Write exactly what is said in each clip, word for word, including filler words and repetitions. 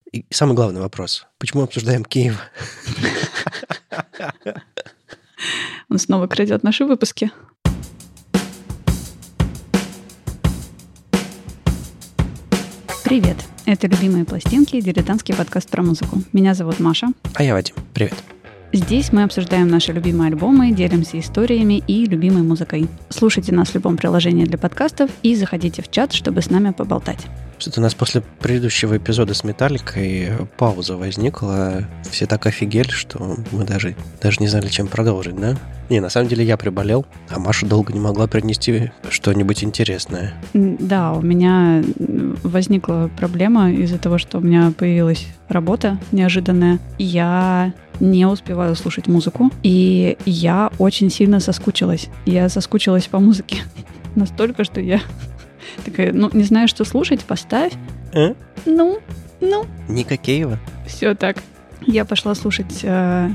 И самый главный вопрос. Почему обсуждаем Киев? Он снова крадет наши выпуски. Привет! Это «Любимые пластинки» и дилетантский подкаст про музыку. Меня зовут Маша. А я Вадим. Привет. Здесь мы обсуждаем наши любимые альбомы, делимся историями и любимой музыкой. Слушайте нас в любом приложении для подкастов и заходите в чат, чтобы с нами поболтать. Что-то у нас после предыдущего эпизода с Металликой пауза возникла. Все так офигели, что мы даже, даже не знали, чем продолжить, да? Не, на самом деле я приболел, а Маша долго не могла принести что-нибудь интересное. Да, у меня возникла проблема из-за того, что у меня появилась работа неожиданная. Я не успеваю слушать музыку, и я очень сильно соскучилась. Я соскучилась по музыке настолько, что я... Такая, ну, не знаю, что слушать, поставь. А? Ну, ну. Ника Киева? Все так. Я пошла слушать... Э...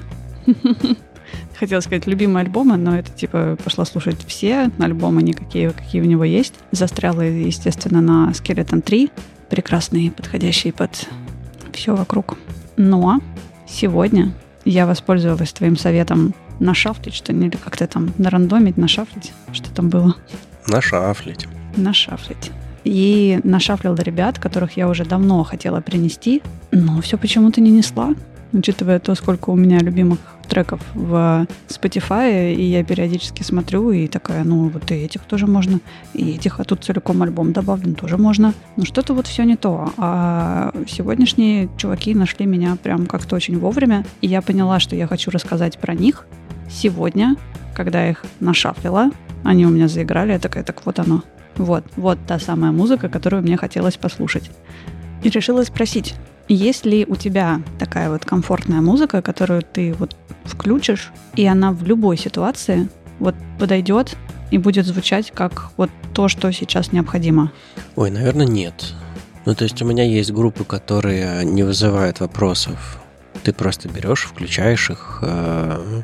Хотела сказать любимые альбомы, но это типа пошла слушать все альбомы Ника Киева, какие у него есть. Застряла, естественно, на Skeleton три. Прекрасный, подходящий под все вокруг. Но сегодня я воспользовалась твоим советом нашафлить что-нибудь, или как-то там нарандомить, нашафлить. Что там было? Нашафлить. Нашафлить. И нашафлила ребят, которых я уже давно хотела принести, но все почему-то не несла, учитывая то, сколько у меня любимых треков в Spotify, и я периодически смотрю, и такая, ну, вот и этих тоже можно, и этих, а тут целиком альбом добавлен, тоже можно. Но что-то вот все не то. А сегодняшние чуваки нашли меня прям как-то очень вовремя, и я поняла, что я хочу рассказать про них сегодня, когда я их нашафлила. Они у меня заиграли, я такая, так вот оно. Вот, вот та самая музыка, которую мне хотелось послушать. И решила спросить, есть ли у тебя такая вот комфортная музыка, которую ты вот включишь, и она в любой ситуации вот подойдет и будет звучать как вот то, что сейчас необходимо? Ой, наверное, нет. Ну, то есть у меня есть группы, которые не вызывают вопросов. Ты просто берешь, включаешь их, э,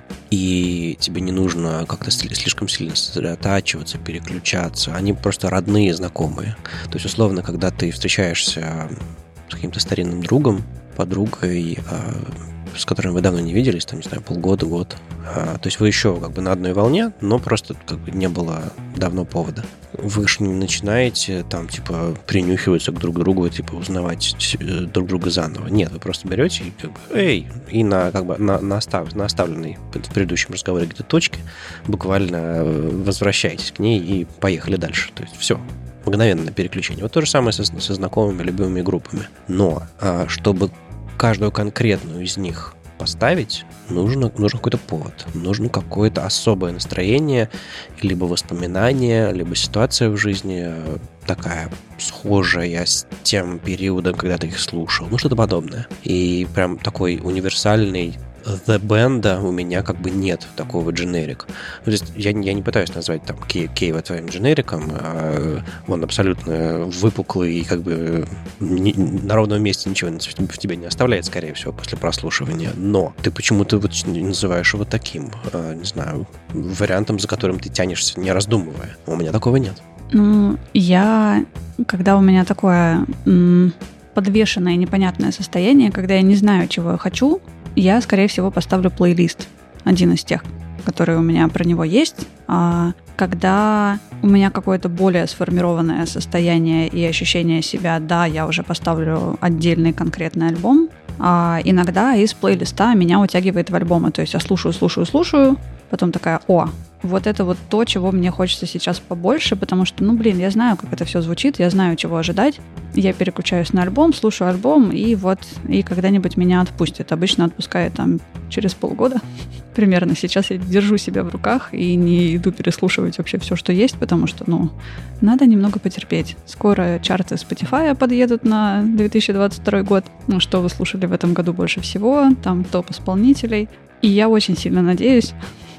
и тебе не нужно как-то слишком сильно сосредотачиваться, переключаться. Они просто родные, знакомые. То есть, условно, когда ты встречаешься с каким-то старинным другом, подругой, э, с которым вы давно не виделись, там, не знаю, полгода, год. А, то есть вы еще как бы на одной волне, но просто как бы не было давно повода. Вы же не начинаете там, типа, принюхиваться к друг другу, типа, узнавать друг друга заново. Нет, вы просто берете и как бы, эй, и на, как бы, на, на, остав, на оставленной в предыдущем разговоре где-то точке буквально возвращаетесь к ней и поехали дальше. То есть все, мгновенное переключение. Вот то же самое со, со знакомыми, любимыми группами. Но а, чтобы каждую конкретную из них поставить, нужно, нужен какой-то повод, нужно какое-то особое настроение, либо воспоминание, либо ситуация в жизни такая схожая с тем периодом, когда ты их слушал, ну что-то подобное. И прям такой универсальный The Band у меня как бы нет такого дженерик. Ну, то есть я, я не пытаюсь назвать там Киева твоим дженериком, а он абсолютно выпуклый и как бы не, на ровном месте ничего в тебе не оставляет, скорее всего, после прослушивания. Но ты почему-то вот называешь его таким, не знаю, вариантом, за которым ты тянешься, не раздумывая. У меня такого нет. Ну, я, когда у меня такое м- подвешенное непонятное состояние, когда я не знаю, чего я хочу, я, скорее всего, поставлю плейлист. Один из тех, которые у меня про него есть. А когда у меня какое-то более сформированное состояние и ощущение себя, да, я уже поставлю отдельный конкретный альбом. А иногда из плейлиста меня утягивает в альбомы. То есть я слушаю, слушаю, слушаю, потом такая, о, вот это вот то, чего мне хочется сейчас побольше, потому что, ну, блин, я знаю, как это все звучит, я знаю, чего ожидать. Я переключаюсь на альбом, слушаю альбом, и вот, и когда-нибудь меня отпустит. Обычно отпускает там через полгода примерно. Сейчас я держу себя в руках и не иду переслушивать вообще все, что есть, потому что, ну, надо немного потерпеть. Скоро чарты Spotify подъедут на две тысячи двадцать второй год. Ну, что вы слушали в этом году больше всего, там топ исполнителей. И я очень сильно надеюсь,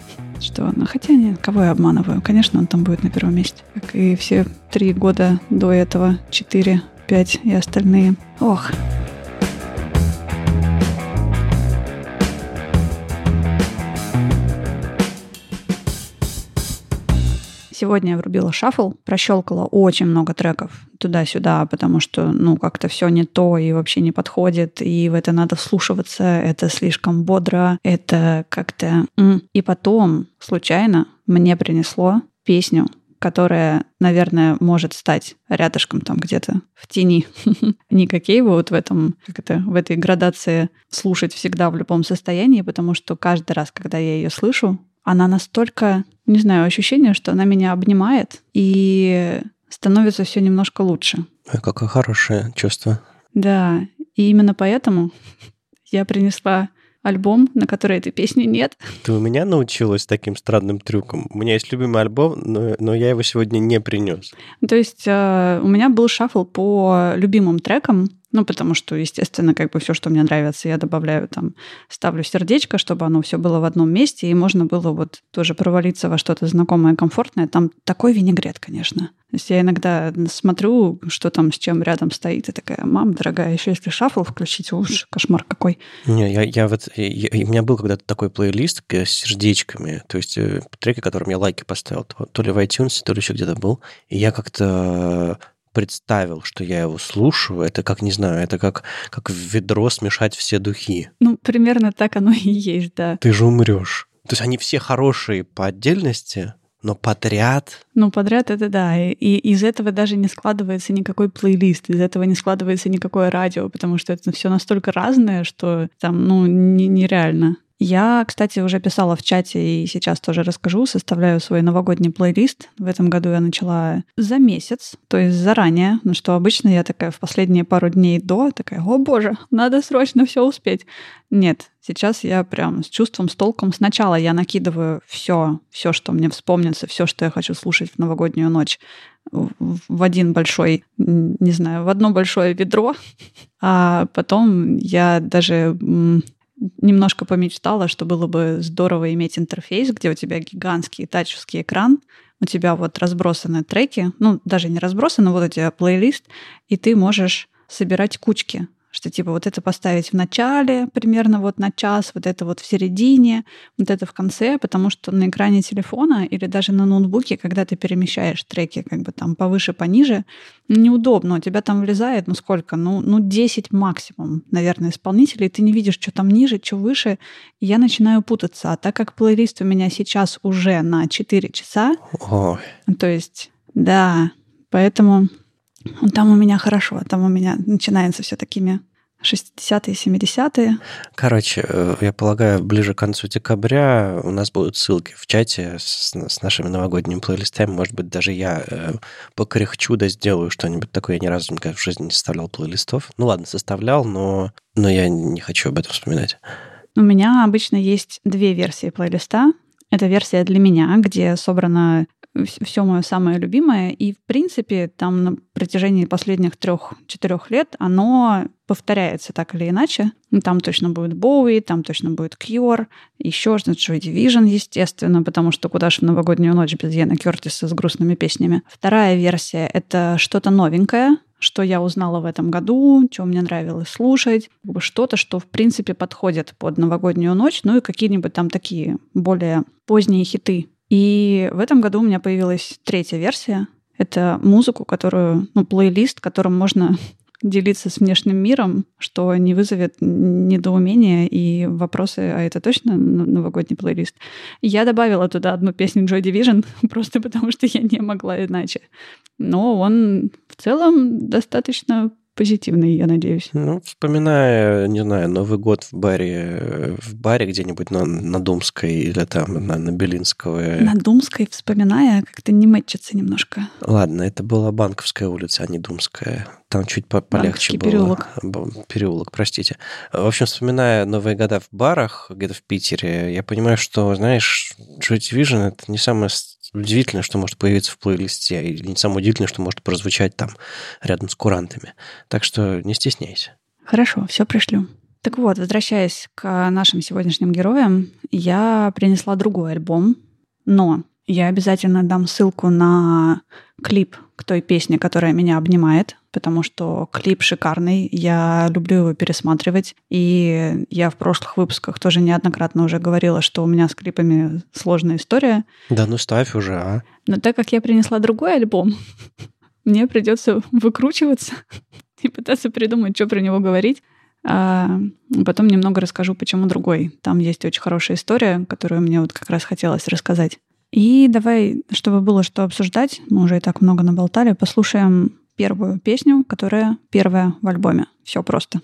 что, ну, хотя нет, кого я обманываю? Конечно, он там будет на первом месте. Как и все три года до этого, четыре, пять и остальные. Ох. Сегодня я врубила шаффл, прощелкала очень много треков туда-сюда, потому что, ну, как-то все не то и вообще не подходит, и в это надо вслушиваться, это слишком бодро, это как-то... И потом, случайно, мне принесло песню, которая, наверное, может стать рядышком там где-то в тени. Не Кейва вот в этом, как это, в этой градации слушать всегда в любом состоянии, потому что каждый раз, когда я ее слышу, она настолько, не знаю, ощущение, что она меня обнимает и становится все немножко лучше. Ой, какое хорошее чувство. Да, и именно поэтому я принесла альбом, на который этой песни нет. Ты у меня научилась таким странным трюкам? У меня есть любимый альбом, но, но я его сегодня не принес. То есть э, у меня был шаффл по любимым трекам, ну, потому что, естественно, как бы все, что мне нравится, я добавляю там, ставлю сердечко, чтобы оно все было в одном месте, и можно было вот тоже провалиться во что-то знакомое, комфортное. Там такой винегрет, конечно. То есть я иногда смотрю, что там с чем рядом стоит, и такая: мам, дорогая, еще если шаффл включить, уж кошмар какой. Не, я, я вот, я, у меня был когда-то такой плейлист с сердечками, то есть треки, которым я лайки поставил, то, то ли в iTunes, то ли еще где-то был, и я как-то представил, что я его слушаю, это как, не знаю, это как, как в ведро смешать все духи. Ну, примерно так оно и есть, да. Ты же умрешь. То есть они все хорошие по отдельности, но подряд... Ну, подряд это да. И, и из этого даже не складывается никакой плейлист, из этого не складывается никакое радио, потому что это все настолько разное, что там, ну, не, нереально. Я, кстати, уже писала в чате и сейчас тоже расскажу, составляю свой новогодний плейлист. В этом году я начала за месяц, то есть заранее, ну что обычно я такая в последние пару дней до, такая: о боже, надо срочно все успеть. Нет, сейчас я прям с чувством, с толком. Сначала я накидываю все, все, что мне вспомнится, все, что я хочу слушать в новогоднюю ночь, в один большой, не знаю, в одно большое ведро, а потом я даже... немножко помечтала, что было бы здорово иметь интерфейс, где у тебя гигантский тачевский экран, у тебя вот разбросаны треки, ну, даже не разбросаны, вот у тебя плейлист, и ты можешь собирать кучки, что типа вот это поставить в начале, примерно вот на час, вот это вот в середине, вот это в конце, потому что на экране телефона или даже на ноутбуке, когда ты перемещаешь треки как бы там повыше, пониже, неудобно. У тебя там влезает, ну сколько, ну, ну десять максимум, наверное, исполнителей, и ты не видишь, что там ниже, что выше, и я начинаю путаться. А так как плейлист у меня сейчас уже на четыре часа, Ой. то есть, да, поэтому... Там у меня хорошо, там у меня начинается все такими шестидесятые, семидесятые. Короче, я полагаю, ближе к концу декабря у нас будут ссылки в чате с, с нашими новогодними плейлистами. Может быть, даже я э, покряхчу, да сделаю что-нибудь такое. Я ни разу никогда в жизни не составлял плейлистов. Ну ладно, составлял, но, но я не хочу об этом вспоминать. У меня обычно есть две версии плейлиста. Это версия для меня, где собрано все мое самое любимое. И, в принципе, там на протяжении последних трех-четырех лет оно повторяется так или иначе. Там точно будет Боуи, там точно будет Cure, еще что-то, Joy Division, естественно, потому что куда же в новогоднюю ночь без Йена Кёртиса с грустными песнями. Вторая версия — это что-то новенькое, что я узнала в этом году, что мне нравилось слушать, что-то, что, в принципе, подходит под новогоднюю ночь, ну и какие-нибудь там такие более поздние хиты. И в этом году у меня появилась третья версия. Это музыку, которую, ну, плейлист, которым можно делиться с внешним миром, что не вызовет недоумения и вопросы: а это точно новогодний плейлист? Я добавила туда одну песню Joy Division, просто потому что я не могла иначе. Но он в целом достаточно позитивный, я надеюсь. Ну, вспоминая, не знаю, Новый год в баре, в баре где-нибудь на, на Думской или там на, на Белинского. На Думской, вспоминая, как-то не мэтчится немножко. Ладно, это была Банковская улица, а не Думская. Там чуть по- полегче было. Переулок. Переулок, простите. В общем, вспоминая Новые года в барах, где-то в Питере, я понимаю, что, знаешь, Joy Division — это не самое удивительное, что может появиться в плейлисте, и не самое удивительное, что может прозвучать там рядом с курантами. Так что не стесняйся. Хорошо, все пришлю. Так вот, возвращаясь к нашим сегодняшним героям, я принесла другой альбом, но я обязательно дам ссылку на клип к той песне, которая меня обнимает. потому что клип шикарный, я люблю его пересматривать, и я в прошлых выпусках тоже неоднократно уже говорила, что у меня с клипами сложная история. Да ну ставь уже, а. Но так как я принесла другой альбом, мне придется выкручиваться и пытаться придумать, что про него говорить. А потом немного расскажу, почему другой. Там есть очень хорошая история, которую мне вот как раз хотелось рассказать. И давай, чтобы было что обсуждать, мы уже и так много наболтали, послушаем первую песню, которая первая в альбоме. Все просто.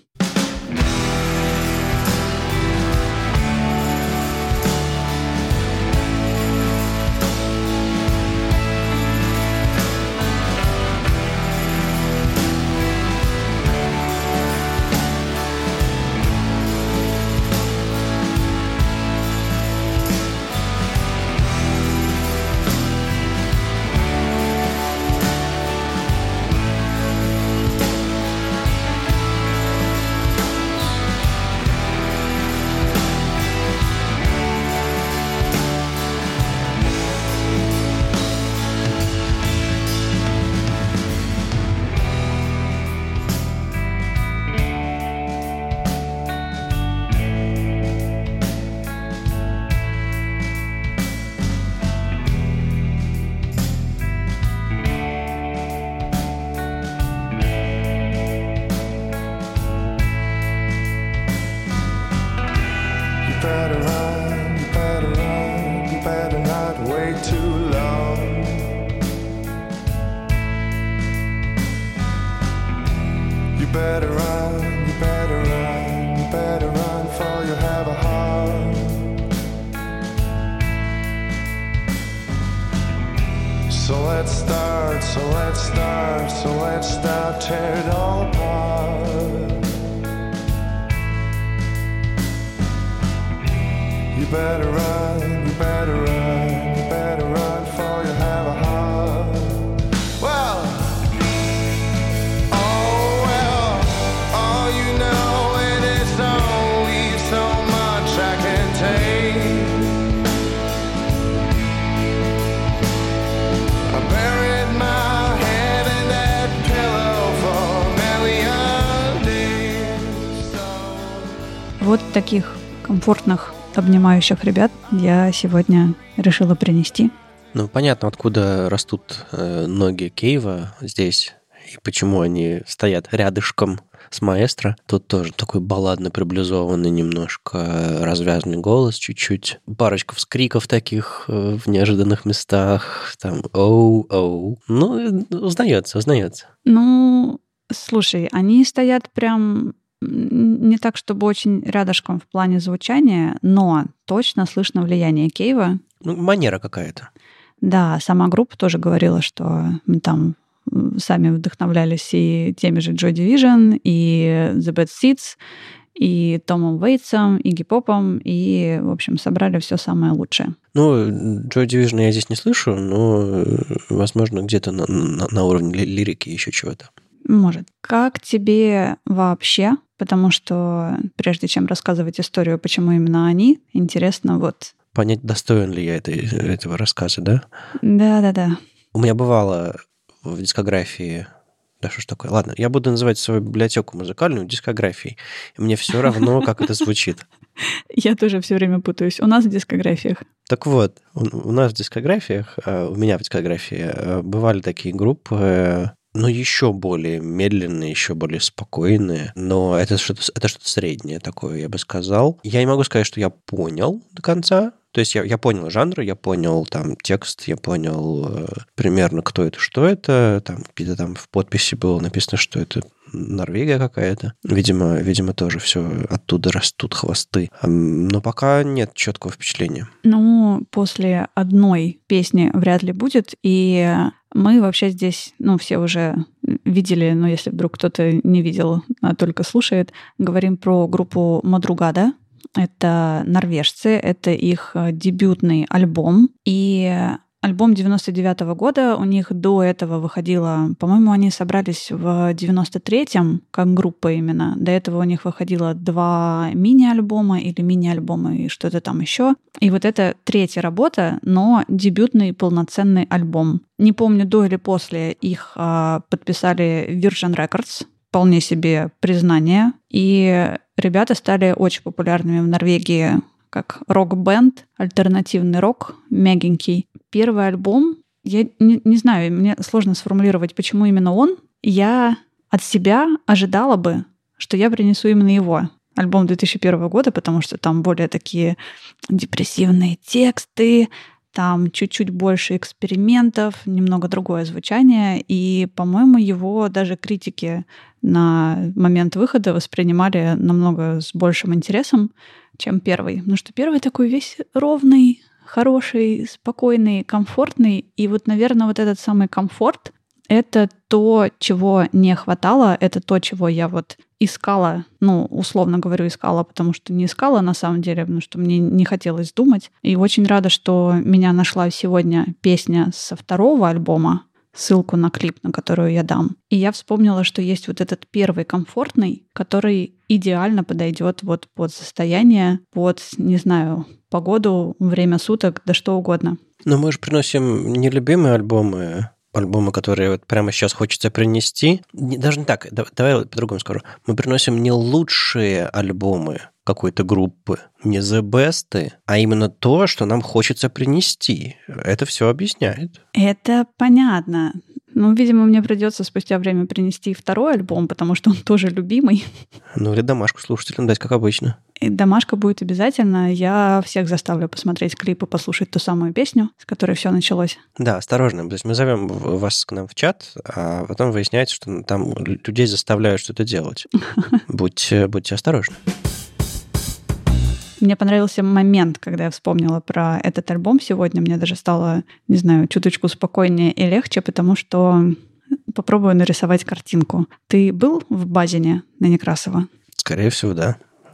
Вот таких комфортных, обнимающих ребят я сегодня решила принести. Ну, понятно, откуда растут э, ноги Кейва здесь, и почему они стоят рядышком с маэстро. Тут тоже такой балладно приблизованный, немножко развязанный голос чуть-чуть. Парочка вскриков таких э, в неожиданных местах. Там оу-оу. Ну, узнается, узнается. Ну, слушай, они стоят прям... Не так, чтобы очень рядышком в плане звучания, но точно слышно влияние Кейва. Ну, манера какая-то. Да, сама группа тоже говорила, что мы там сами вдохновлялись и теми же Joy Division, и The Bad Seeds, и Томом Вейтсом, и Игги-Попом, и, в общем, собрали все самое лучшее. Ну, Joy Division я здесь не слышу, но, возможно, где-то на, на, на уровне лирики еще чего-то. Может. Как тебе вообще? Потому что прежде чем рассказывать историю, почему именно они, интересно вот... Понять, достоин ли я этой, этого рассказа, да? Да-да-да. У меня бывало в дискографии... Да что ж такое? Ладно, я буду называть свою библиотеку музыкальную дискографией. И мне все равно, как это звучит. Я тоже все время путаюсь. У нас в дискографиях. Так вот, у нас в дискографиях, у меня в дискографии бывали такие группы... Ну, еще более медленные, еще более спокойные. Но это что-то, это что-то среднее такое, я бы сказал. Я не могу сказать, что я понял до конца. То есть я, я понял жанр, я понял там текст, я понял э, примерно, кто это, что это. Там где-то там в подписи было написано, что это Норвегия какая-то. Видимо, видимо, тоже все оттуда растут хвосты. Но пока нет четкого впечатления. Ну, после одной песни вряд ли будет. И мы вообще здесь, ну, все уже видели, но если вдруг кто-то не видел, а только слушает, говорим про группу Madrugada. Это норвежцы, это их дебютный альбом. И альбом девяносто девятого года. У них до этого выходило... По-моему, они собрались в девяносто третьем, как группа именно. До этого у них выходило два мини-альбома или мини-альбома и что-то там еще. И вот это третья работа, но дебютный полноценный альбом. Не помню, до или после их а, подписали Virgin Records. Вполне себе признание. И ребята стали очень популярными в Норвегии как рок-бенд, альтернативный рок, мягенький. Первый альбом, я не, не знаю, мне сложно сформулировать, почему именно он. Я от себя ожидала бы, что я принесу именно его. Альбом две тысячи первого года, потому что там более такие депрессивные тексты, там чуть-чуть больше экспериментов, немного другое звучание. И, по-моему, его даже критики на момент выхода воспринимали намного с большим интересом, чем первый. Потому что первый такой весь ровный, хороший, спокойный, комфортный. И вот, наверное, вот этот самый комфорт — это то, чего не хватало, это то, чего я вот искала, ну, условно говорю, искала, потому что не искала на самом деле, потому что мне не хотелось думать. И очень рада, что меня нашла сегодня песня со второго альбома, ссылку на клип, на которую я дам. И я вспомнила, что есть вот этот первый комфортный, который идеально подойдет вот под состояние, под, не знаю, погоду, время суток, да что угодно. Но мы же приносим нелюбимые альбомы, альбомы, которые вот прямо сейчас хочется принести. Не, даже не так, давай по-другому скажу. Мы приносим не лучшие альбомы какой-то группы, не the best, а именно то, что нам хочется принести. Это все объясняет. Это понятно. Ну, видимо, мне придется спустя время принести второй альбом, потому что он тоже любимый. Ну, или домашку слушателям дать, как обычно. И домашка будет обязательно. Я всех заставлю посмотреть клип и послушать ту самую песню, с которой все началось. Да, осторожно. То есть мы зовем вас к нам в чат, а потом выясняется, что там людей заставляют что-то делать. Будьте, будьте осторожны. Мне понравился момент, когда я вспомнила про этот альбом сегодня. Мне даже стало, не знаю, чуточку спокойнее и легче, потому что попробую нарисовать картинку. Ты был в Базине на Некрасова? Скорее всего, да.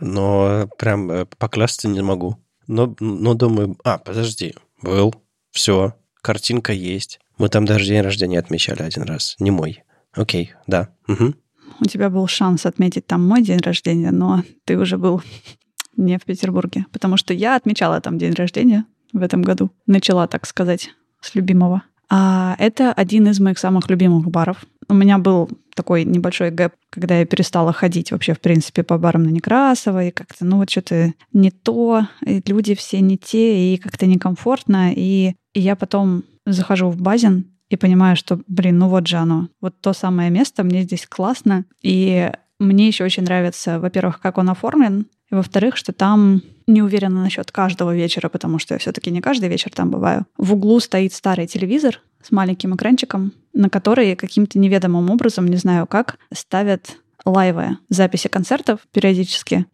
Но прям поклясться не могу. Но, но думаю... А, подожди. Был. Все. Картинка есть. Мы там даже день рождения отмечали один раз. Не мой. Окей, да. Угу. У тебя был шанс отметить там мой день рождения, но ты уже был... не в Петербурге, потому что я отмечала там день рождения в этом году. Начала, так сказать, с любимого. А это один из моих самых любимых баров. У меня был такой небольшой гэп, когда я перестала ходить вообще, в принципе, по барам на Некрасова, и как-то, ну вот что-то не то, и люди все не те, и как-то некомфортно. И, и я потом захожу в Базин и понимаю, что, блин, ну вот же оно. Вот то самое место, мне здесь классно. И мне еще очень нравится, во-первых, как он оформлен, и, во-вторых, что там не уверена насчет каждого вечера, потому что я все-таки не каждый вечер там бываю. В углу стоит старый телевизор с маленьким экранчиком, на который каким-то неведомым образом, не знаю как, ставят лайвы, записи концертов периодически.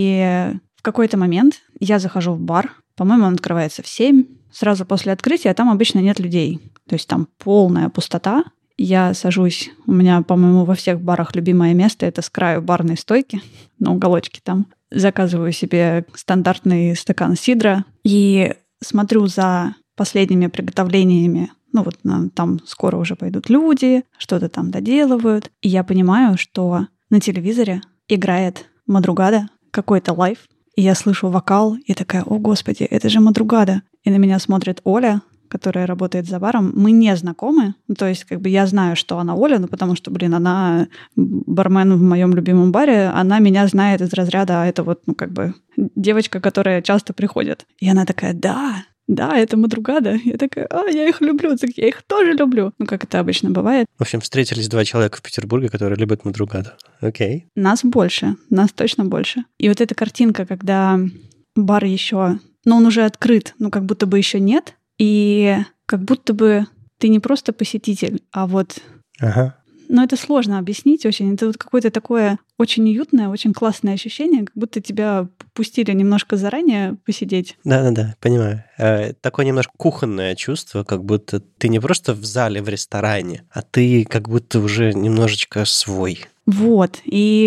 И в какой-то момент я захожу в бар, по-моему, он открывается в семь, сразу после открытия, там обычно нет людей. То есть там полная пустота. Я сажусь, у меня, по-моему, во всех барах любимое место — это с краю барной стойки, на уголочке там. Заказываю себе стандартный стакан сидра и смотрю за последними приготовлениями. Ну вот там скоро уже пойдут люди, что-то там доделывают. И я понимаю, что на телевизоре играет Мадругада, какой-то лайв. И я слышу вокал и такая: «О, Господи, это же Мадругада!» И на меня смотрит Оля, которая работает за баром. Мы не знакомы. То есть, как бы я знаю, что она Оля, ну, потому что, блин, она бармен в моем любимом баре, она меня знает из разряда, а это вот, ну, как бы девочка, которая часто приходит. И она такая: да, да, это Мадругада. Я такая: а, я их люблю, так я их тоже люблю. Ну, как это обычно бывает. В общем, встретились два человека в Петербурге, которые любят Мадругаду. Окей. Нас больше, нас точно больше. И вот эта картинка, когда бар еще, ну, он уже открыт, но как будто бы еще нет, и как будто бы ты не просто посетитель, а вот... Ага. Но это сложно объяснить очень. Это вот какое-то такое очень уютное, очень классное ощущение, как будто тебя пустили немножко заранее посидеть. Да-да-да, понимаю. Такое немножко кухонное чувство, как будто ты не просто в зале, в ресторане, а ты как будто уже немножечко свой. Вот. И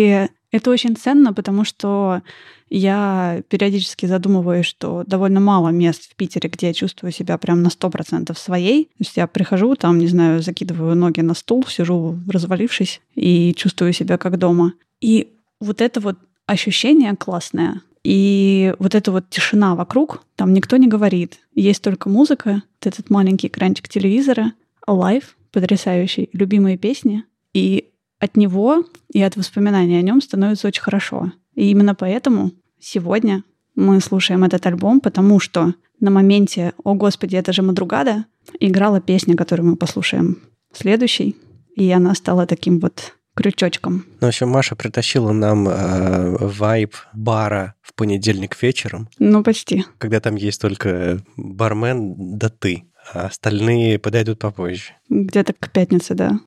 Это очень ценно, потому что я периодически задумываюсь, что довольно мало мест в Питере, где я чувствую себя прям на сто процентов своей. То есть я прихожу, там, не знаю, закидываю ноги на стул, сижу развалившись и чувствую себя как дома. И вот это вот ощущение классное, и вот эта вот тишина вокруг, там никто не говорит. Есть только музыка, вот этот маленький экранчик телевизора, лайв потрясающий, любимые песни. И от него и от воспоминаний о нем становится очень хорошо. И именно поэтому сегодня мы слушаем этот альбом, потому что на моменте «О, Господи, это же Мадругада» играла песня, которую мы послушаем следующей, и она стала таким вот крючочком. Ну, в общем, Маша притащила нам э, вайб бара в понедельник вечером. Ну, почти. Когда там есть только бармен да ты, а остальные подойдут попозже. Где-то к пятнице, да.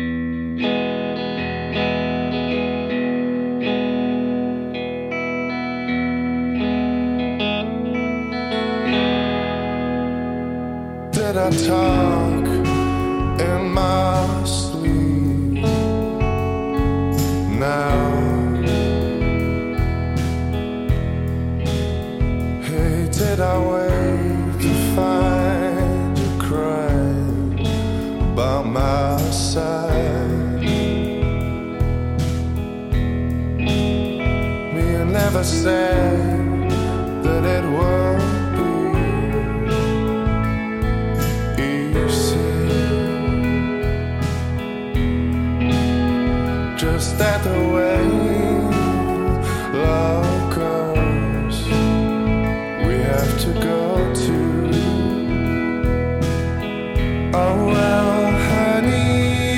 Did I talk in my sleep now? Hey, did I wait to find you crying by my side? Me never said that it would. Just that the way love goes, we have to go to. Oh well, honey,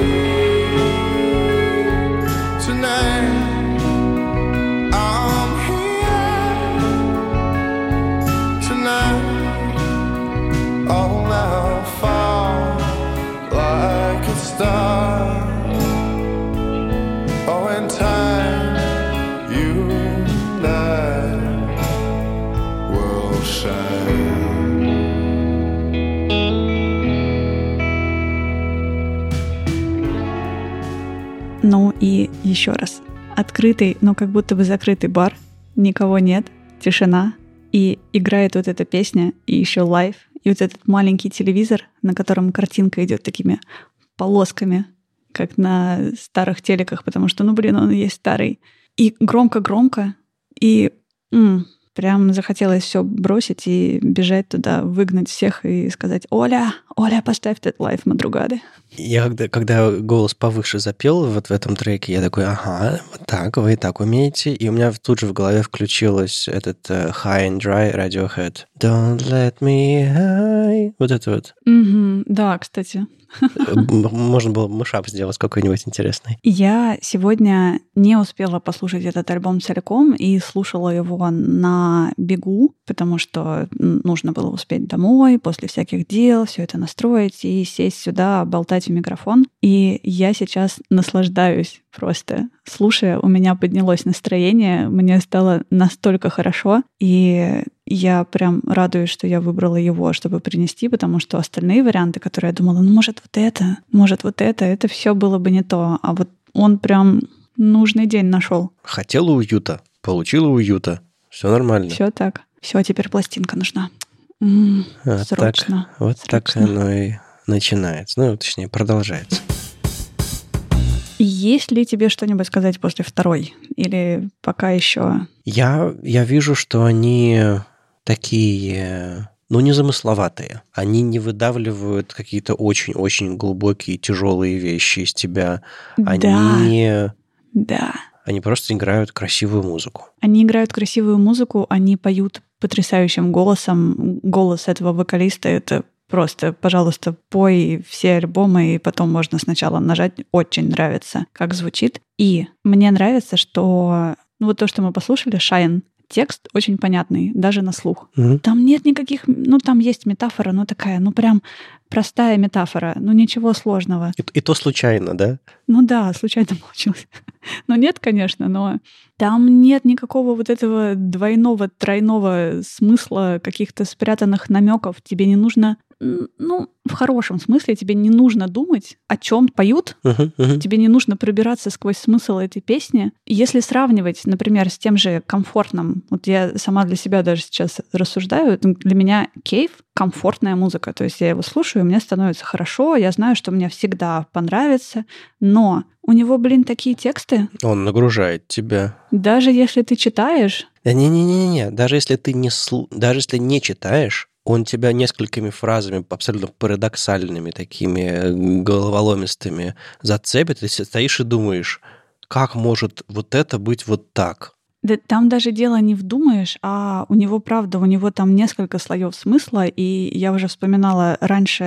tonight I'm here. Tonight I'll now fall like a star. Oh, in time, you and I will shine. Ну и еще раз. Открытый, но как будто бы закрытый бар. Никого нет, тишина. И играет вот эта песня, и еще лайв. И вот этот маленький телевизор, на котором картинка идет такими полосками, как на старых телеках, потому что, ну, блин, он и есть старый. И громко-громко, и м, прям захотелось все бросить и бежать туда, выгнать всех и сказать: «Оля, Оля, поставь этот лайв Мадругады». Я когда, когда голос повыше запел вот в этом треке, я такой: ага, вот так, вы и так умеете. И у меня тут же в голове включилось этот uh, High and Dry Radiohead. Don't let me high. Вот это вот. Mm-hmm. Да, кстати. Можно было бы мышап сделать какой-нибудь интересный. Я сегодня не успела послушать этот альбом целиком и слушала его на бегу, потому что нужно было успеть домой после всяких дел, все это настроить и сесть сюда, болтать в микрофон. И я сейчас наслаждаюсь просто. Слушая, у меня поднялось настроение, мне стало настолько хорошо, и я прям радуюсь, что я выбрала его, чтобы принести, потому что остальные варианты, которые я думала, ну, может, вот это, может, вот это, это все было бы не то. А вот он прям нужный день нашел. Хотела уюта, получила уюта. Все нормально. Все так. Все, теперь пластинка нужна. М-м, а срочно. Так, вот срочно. Так оно и начинается. Ну, точнее, продолжается. Есть ли тебе что-нибудь сказать после второй? Или пока еще? Я, я вижу, что они такие, ну, незамысловатые. Они не выдавливают какие-то очень-очень глубокие, тяжелые вещи из тебя. Они, да. Да. Они просто играют красивую музыку. Они играют красивую музыку, они поют потрясающим голосом. Голос этого вокалиста — это просто, пожалуйста, пой все альбомы, и потом можно сначала нажать. Очень нравится, как звучит. И мне нравится, что ну, вот то, что мы послушали, Shine, текст очень понятный, даже на слух. Mm-hmm. Там нет никаких... Ну, там есть метафора, но такая, ну, прям простая метафора, ну, ничего сложного. И, и то случайно, да? Ну да, случайно получилось. Ну, нет, конечно, но там нет никакого вот этого двойного, тройного смысла, каких-то спрятанных намеков. Тебе не нужно ну, в хорошем смысле тебе не нужно думать, о чем поют, uh-huh, uh-huh. тебе не нужно пробираться сквозь смысл этой песни. Если сравнивать, например, с тем же комфортным, вот я сама для себя даже сейчас рассуждаю, для меня кейф — комфортная музыка, то есть я его слушаю, и мне становится хорошо, я знаю, что мне всегда понравится, но у него, блин, такие тексты. Он нагружает тебя. Даже если ты читаешь... Да не-не-не-не, даже если ты не, слу... даже если не читаешь, он тебя несколькими фразами абсолютно парадоксальными, такими головоломистыми зацепит, и ты стоишь и думаешь, как может вот это быть вот так? Да там даже дело не вдумаешь, а у него, правда, у него там несколько слоев смысла, и я уже вспоминала раньше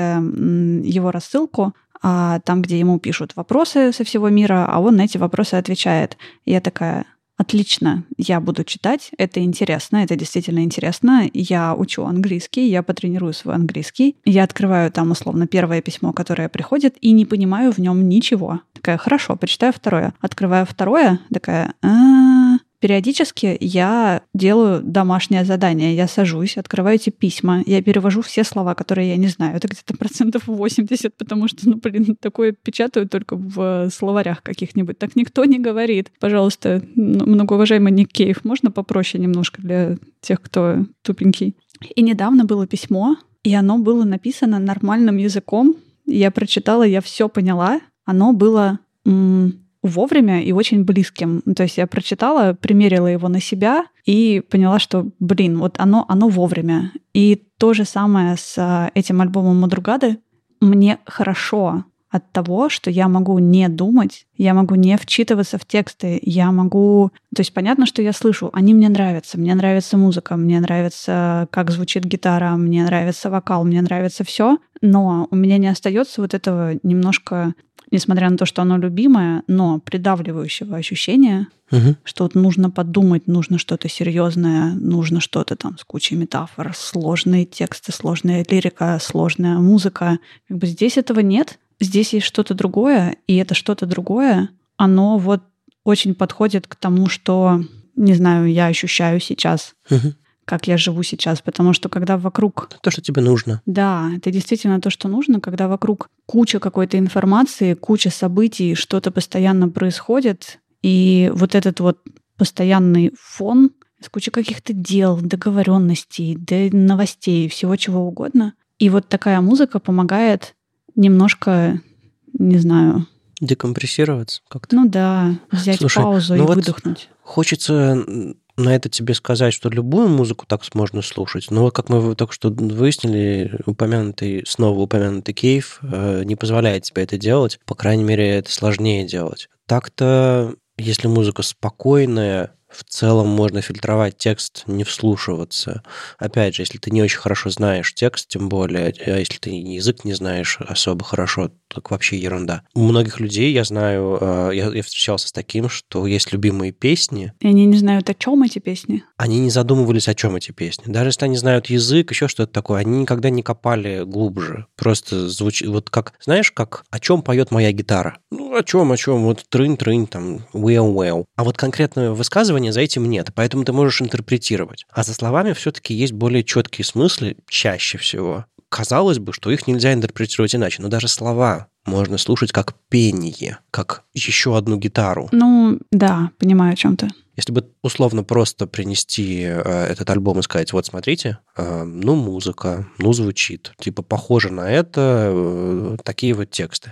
его рассылку, там, где ему пишут вопросы со всего мира, а он на эти вопросы отвечает. И я такая... Отлично, я буду читать, это интересно, это действительно интересно. Я учу английский, я потренирую свой английский. Я открываю там условно первое письмо, которое приходит, и не понимаю в нем ничего. Такая, хорошо, почитаю второе. Открываю второе, такая... А-а-а. Периодически я делаю домашнее задание. Я сажусь, открываю эти письма, я перевожу все слова, которые я не знаю. Это где-то процентов восемьдесят, потому что, ну, блин, такое печатают только в словарях каких-нибудь. Так никто не говорит. Пожалуйста, многоуважаемый Ник Кейв, можно попроще немножко для тех, кто тупенький? И недавно было письмо, и оно было написано нормальным языком. Я прочитала, я все поняла. Оно было... М- вовремя и очень близким. То есть я прочитала, примерила его на себя и поняла, что, блин, вот оно, оно вовремя. И то же самое с этим альбомом Мадругады. Мне хорошо от того, что я могу не думать, я могу не вчитываться в тексты, я могу... То есть понятно, что я слышу, они мне нравятся, мне нравится музыка, мне нравится, как звучит гитара, мне нравится вокал, мне нравится все, но у меня не остается вот этого немножко... Несмотря на то, что оно любимое, но придавливающего ощущения, угу. что вот нужно подумать, нужно что-то серьезное, нужно что-то там с кучей метафор, сложные тексты, сложная лирика, сложная музыка. Как бы здесь этого нет. Здесь есть что-то другое, и это что-то другое, оно вот очень подходит к тому, что, не знаю, я ощущаю сейчас. Угу. Как я живу сейчас, потому что когда вокруг... То, что тебе нужно. Да, это действительно то, что нужно, когда вокруг куча какой-то информации, куча событий, что-то постоянно происходит, и вот этот вот постоянный фон с кучей каких-то дел, договоренностей, новостей, всего чего угодно. И вот такая музыка помогает немножко, не знаю... Декомпрессироваться как-то? Ну да, взять Слушай, паузу ну и вот выдохнуть. Хочется... На это тебе сказать, что любую музыку так можно слушать, но как мы только что выяснили, упомянутый, снова упомянутый Кейв э, не позволяет тебе это делать, по крайней мере, это сложнее делать. Так-то, если музыка спокойная, в целом можно фильтровать текст, не вслушиваться. Опять же, если ты не очень хорошо знаешь текст, тем более, а если ты язык не знаешь особо хорошо, так вообще ерунда. У многих людей, я знаю, я, я встречался с таким, что есть любимые песни. И они не знают, о чем эти песни. Они не задумывались, о чем эти песни. Даже если они знают язык, еще что-то такое, они никогда не копали глубже. Просто звучит, вот как, знаешь, как о чем поет моя гитара? Ну, о чем, о чем? Вот трынь-трынь, там, well-well. А вот конкретное высказывание за этим нет, поэтому ты можешь интерпретировать. А за словами все-таки есть более четкие смыслы, чаще всего. Казалось бы, что их нельзя интерпретировать иначе, но даже слова можно слушать как пение, как еще одну гитару. Ну, да, понимаю, о чем ты. Если бы условно просто принести э, этот альбом и сказать, вот смотрите, э, ну, музыка, ну, звучит, типа похоже на это, э, такие вот тексты.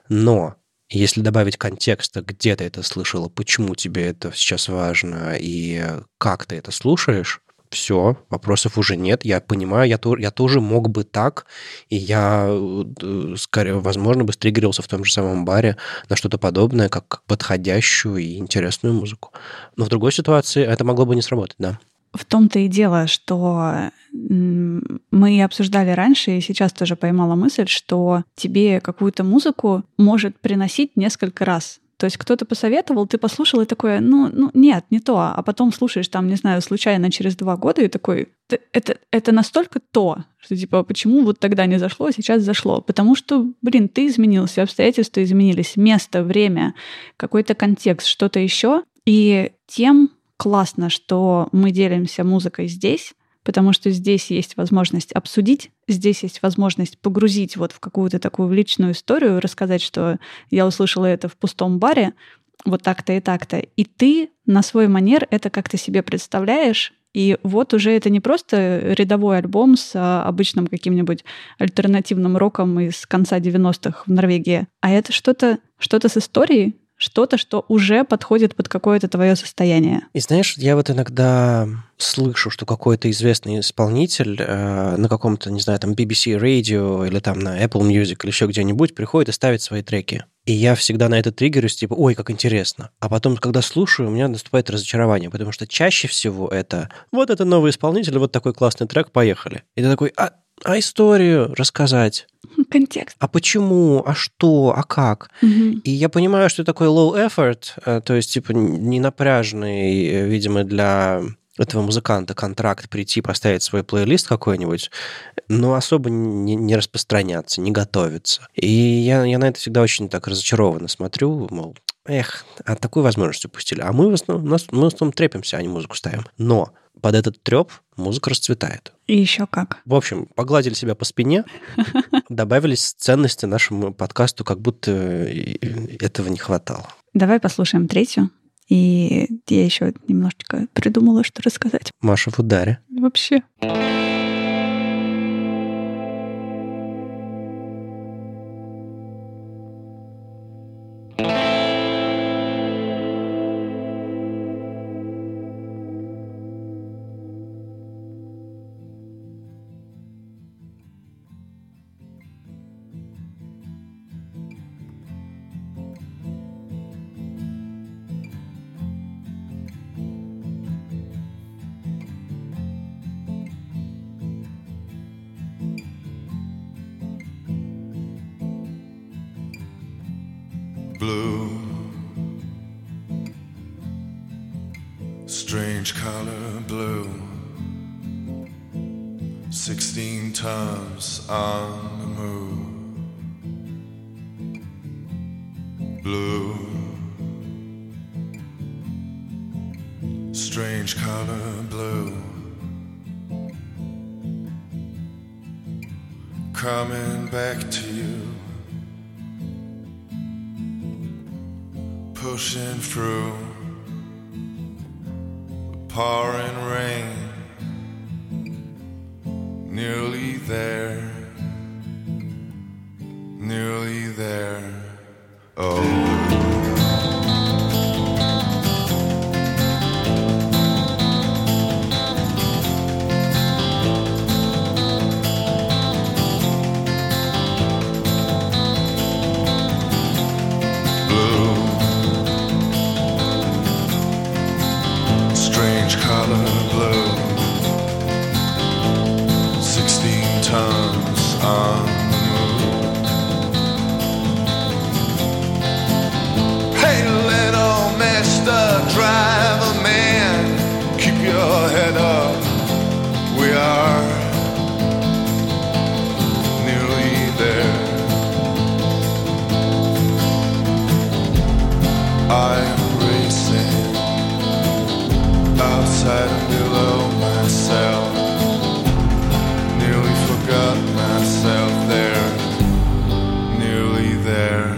Но если добавить контекста, где ты это слышала, почему тебе это сейчас важно и как ты это слушаешь, все, вопросов уже нет. Я понимаю, я, то, я тоже мог бы так, и я, скорее, возможно, бы стриггерился в том же самом баре на что-то подобное, как подходящую и интересную музыку. Но в другой ситуации это могло бы не сработать, да. В том-то и дело, что мы обсуждали раньше, и сейчас тоже поймала мысль, что тебе какую-то музыку может приносить несколько раз. То есть кто-то посоветовал, ты послушал и такое, ну, ну нет, не то. А потом слушаешь там, не знаю, случайно через два года и такой, это, это настолько то, что типа, почему вот тогда не зашло, а сейчас зашло? Потому что, блин, ты изменился, обстоятельства изменились, место, время, какой-то контекст, что-то еще. И тем классно, что мы делимся музыкой здесь, потому что здесь есть возможность обсудить, здесь есть возможность погрузить вот в какую-то такую личную историю, рассказать, что я услышала это в пустом баре, вот так-то и так-то. И ты на свой манер это как-то себе представляешь, и вот уже это не просто рядовой альбом с обычным каким-нибудь альтернативным роком из конца девяностых в Норвегии, а это что-то, что-то с историей, что-то, что уже подходит под какое-то твое состояние. И знаешь, я вот иногда слышу, что какой-то известный исполнитель э, на каком-то, не знаю, там би би си Radio или там на Apple Music или еще где-нибудь приходит и ставит свои треки. И я всегда на это триггерюсь, типа, ой, как интересно. А потом, когда слушаю, у меня наступает разочарование, потому что чаще всего это вот это новый исполнитель, вот такой классный трек, поехали. И ты такой, а, а историю рассказать? Контекст. А почему? А что? А как? Угу. И я понимаю, что такой low effort, то есть, типа, ненапряжный, видимо, для этого музыканта контракт прийти, поставить свой плейлист какой-нибудь, но особо не, не распространяться, не готовиться. И я, я на это всегда очень так разочарованно смотрю, мол, эх, а такую возможность упустили. А мы в основном, нас, мы в основном трепимся, а не музыку ставим. Но под этот треп музыка расцветает. И еще как. В общем, погладили себя по спине, добавились ценности нашему подкасту, как будто этого не хватало. Давай послушаем третью. И я еще немножечко придумала, что рассказать. Маша в ударе. Вообще. Blue, strange color blue, sixteen tons on the move. Blue, strange color blue, coming back to you. Pushing through the pouring rain, nearly there, nearly there. Oh. Driver man, keep your head up. We are nearly there. I'm racing outside and below myself. Nearly forgot myself there. Nearly there.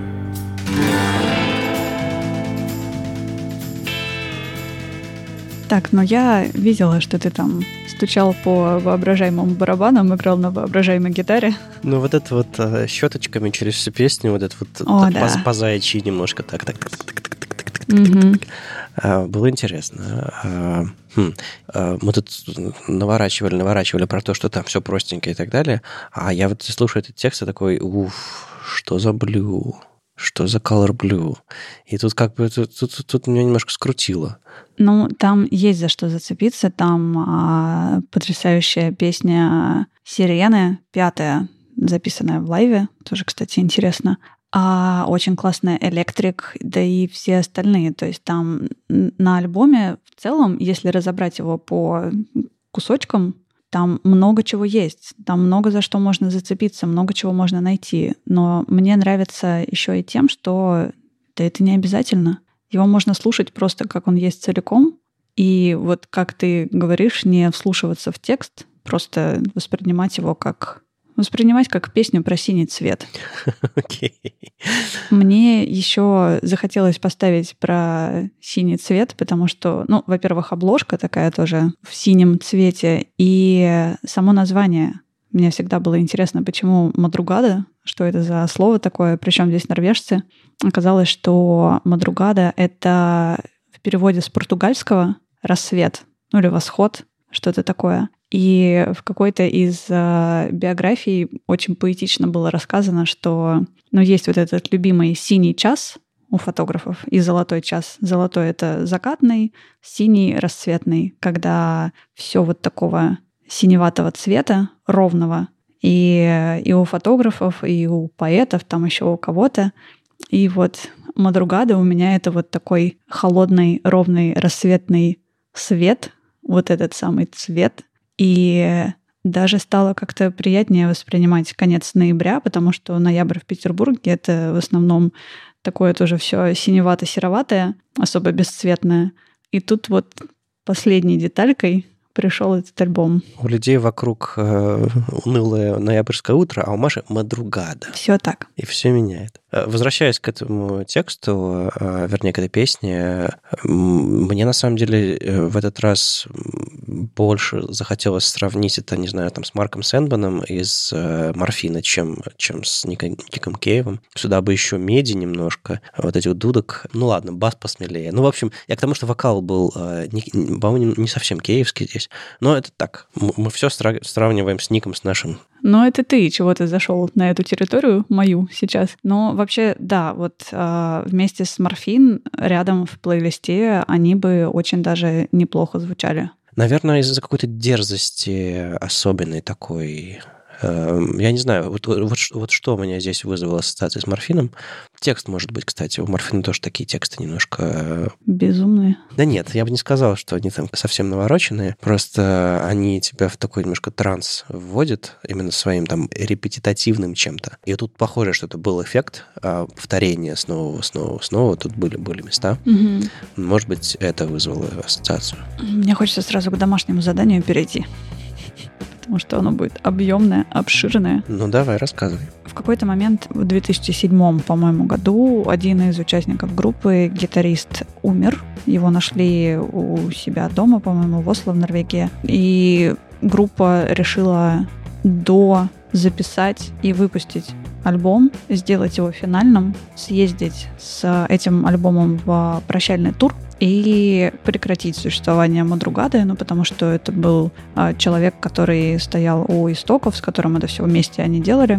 Так, но я видела, что ты там стучал по воображаемым барабанам, играл на воображаемой гитаре. Ну, вот это вот а, щеточками через всю песню, вот это вот О, так, да. по, по заячьи немножко так, так, так, так, так, так, так, так, так, Угу. так. А, было интересно. А, хм. а, мы тут наворачивали, наворачивали про то, что там все простенькое и так далее, а я вот слушаю этот текст и такой, уф, что за блю, что за color blue. И тут как бы тут, тут, тут меня немножко скрутило. Ну, там есть за что зацепиться. Там а, потрясающая песня «Сирены», пятая, записанная в лайве. Тоже, кстати, интересно. А очень классная «Электрик», да и все остальные. То есть там на альбоме в целом, если разобрать его по кусочкам, там много чего есть. Там много за что можно зацепиться, много чего можно найти. Но мне нравится еще и тем, что да это не обязательно. Его можно слушать просто как он есть целиком, И вот как ты говоришь, не вслушиваться в текст, просто воспринимать его как... Воспринимать как песню про синий цвет. Окей. Мне еще захотелось поставить про синий цвет, потому что, ну, во-первых, обложка такая тоже в синем цвете, и само название. Мне всегда было интересно, почему Мадругада, что это за слово такое, причем здесь норвежцы. Оказалось, что Мадругада — это в переводе с португальского рассвет, ну или восход, что-то такое. И в какой-то из э, биографий очень поэтично было рассказано, что ну, есть вот этот любимый синий час у фотографов и золотой час. Золотой — это закатный, синий — расцветный, когда все вот такого синеватого цвета, ровного. И, и у фотографов, и у поэтов, там еще у кого-то. И вот Мадругада у меня — это вот такой холодный, ровный, рассветный свет, вот этот самый цвет. И даже стало как-то приятнее воспринимать конец ноября, потому что ноябрь в Петербурге — это в основном такое тоже все синевато-сероватое, особо бесцветное. И тут вот последней деталькой пришел этот альбом. У людей вокруг э, унылое ноябрьское утро, а у Маши Мадругада. Все так. И все меняет. Возвращаясь к этому тексту, э, вернее, к этой песне, э, мне на самом деле в этот раз больше захотелось сравнить это, не знаю, там, с Марком Сэндманом из э, «Морфина», чем, чем с Ником, Ником Кейвом. Сюда бы еще меди немножко, вот этих дудок. Ну ладно, бас посмелее. Ну, в общем, я к тому, что вокал был, э, не, по-моему, не совсем киевский здесь. Но это так. Мы все сравниваем с Ником, с нашим. Но это ты чего-то зашел на эту территорию, мою сейчас. Но вообще, да, вот э, вместе с «Морфин» рядом в плейлисте они бы очень даже неплохо звучали. Наверное, из-за какой-то дерзости особенной такой... Я не знаю, вот, вот, вот что у меня здесь вызвало ассоциации с «Морфином». Текст, может быть, кстати. У «Морфина» тоже такие тексты немножко... Безумные. Да нет, я бы не сказал, что они там совсем навороченные. Просто они тебя в такой немножко транс вводят именно своим там репетитативным чем-то. И тут похоже, что это был эффект а повторения снова, снова, снова. Тут были, были места. Угу. Может быть, это вызвало ассоциацию. Мне хочется сразу к домашнему заданию перейти. Потому что оно будет объемное, обширное. Ну, давай, рассказывай. В какой-то момент в две тысячи седьмом, по-моему, году один из участников группы, гитарист, умер. Его нашли у себя дома, по-моему, в Осло, в Норвегии. И группа решила до записать и выпустить альбом, сделать его финальным, съездить с этим альбомом в прощальный тур и прекратить существование Мадругады, ну, потому что это был а, человек, который стоял у истоков, с которым это все вместе они делали.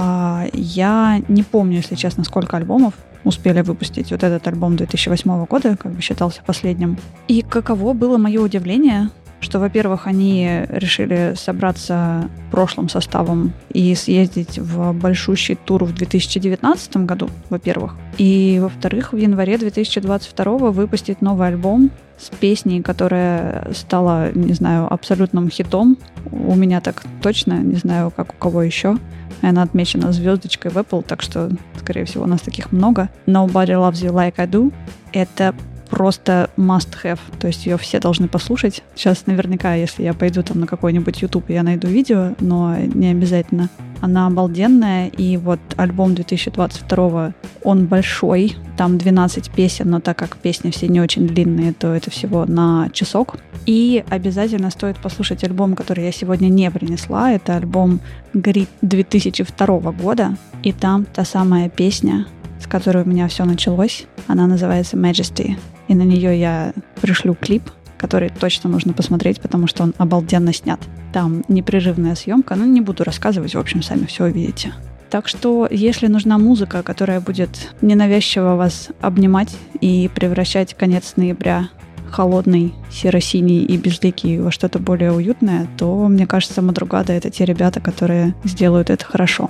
А я не помню, если честно, сколько альбомов успели выпустить. Вот этот альбом две тысячи восьмого года как бы считался последним. И каково было мое удивление, что, во-первых, они решили собраться прошлым составом и съездить в большущий тур в две тысячи девятнадцатом году, во-первых. И, во-вторых, в январе две тысячи двадцать второго выпустить новый альбом с песней, которая стала, не знаю, абсолютным хитом. У меня так точно, не знаю, как у кого еще. Она отмечена звездочкой в Apple, так что, скорее всего, у нас таких много. Nobody Loves You Like I Do. Это просто must-have, то есть ее все должны послушать. Сейчас наверняка, если я пойду там на какой-нибудь YouTube, я найду видео, но не обязательно. Она обалденная, и вот альбом две тысячи двадцать второго, он большой, там двенадцать песен, но так как песни все не очень длинные, то это всего на часок. И обязательно стоит послушать альбом, который я сегодня не принесла, это альбом Grit две тысячи второго года, и там та самая песня, с которой у меня все началось, она называется Majesty. И на нее я пришлю клип, который точно нужно посмотреть, потому что он обалденно снят. Там непрерывная съемка, но не буду рассказывать, в общем, сами все увидите. Так что, если нужна музыка, которая будет ненавязчиво вас обнимать и превращать конец ноября холодный, серо-синий и безликий во что-то более уютное, то, мне кажется, Мадругада — это те ребята, которые сделают это хорошо.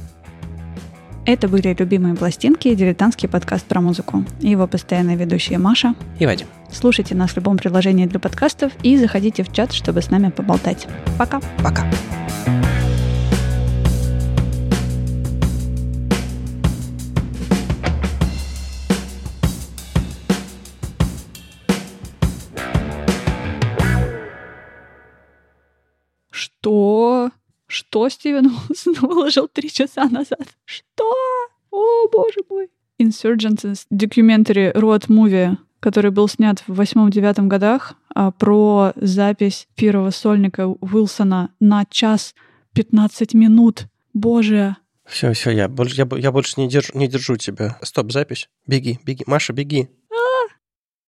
Это были «Любимые пластинки» и дилетантский подкаст про музыку. Его постоянные ведущие Маша и Вадим. Слушайте нас в любом приложении для подкастов и заходите в чат, чтобы с нами поболтать. Пока. Пока. Что? Что Стивен Уилсон выложил три часа назад? Что? О, боже мой. Insurgents documentary road movie, который был снят в восьмом-девятом годах, про запись первого сольника Уилсона на час пятнадцать минут. Боже. Все, все, я больше, я, я больше не, держу, не держу тебя. Стоп, запись. Беги, беги. Маша, беги.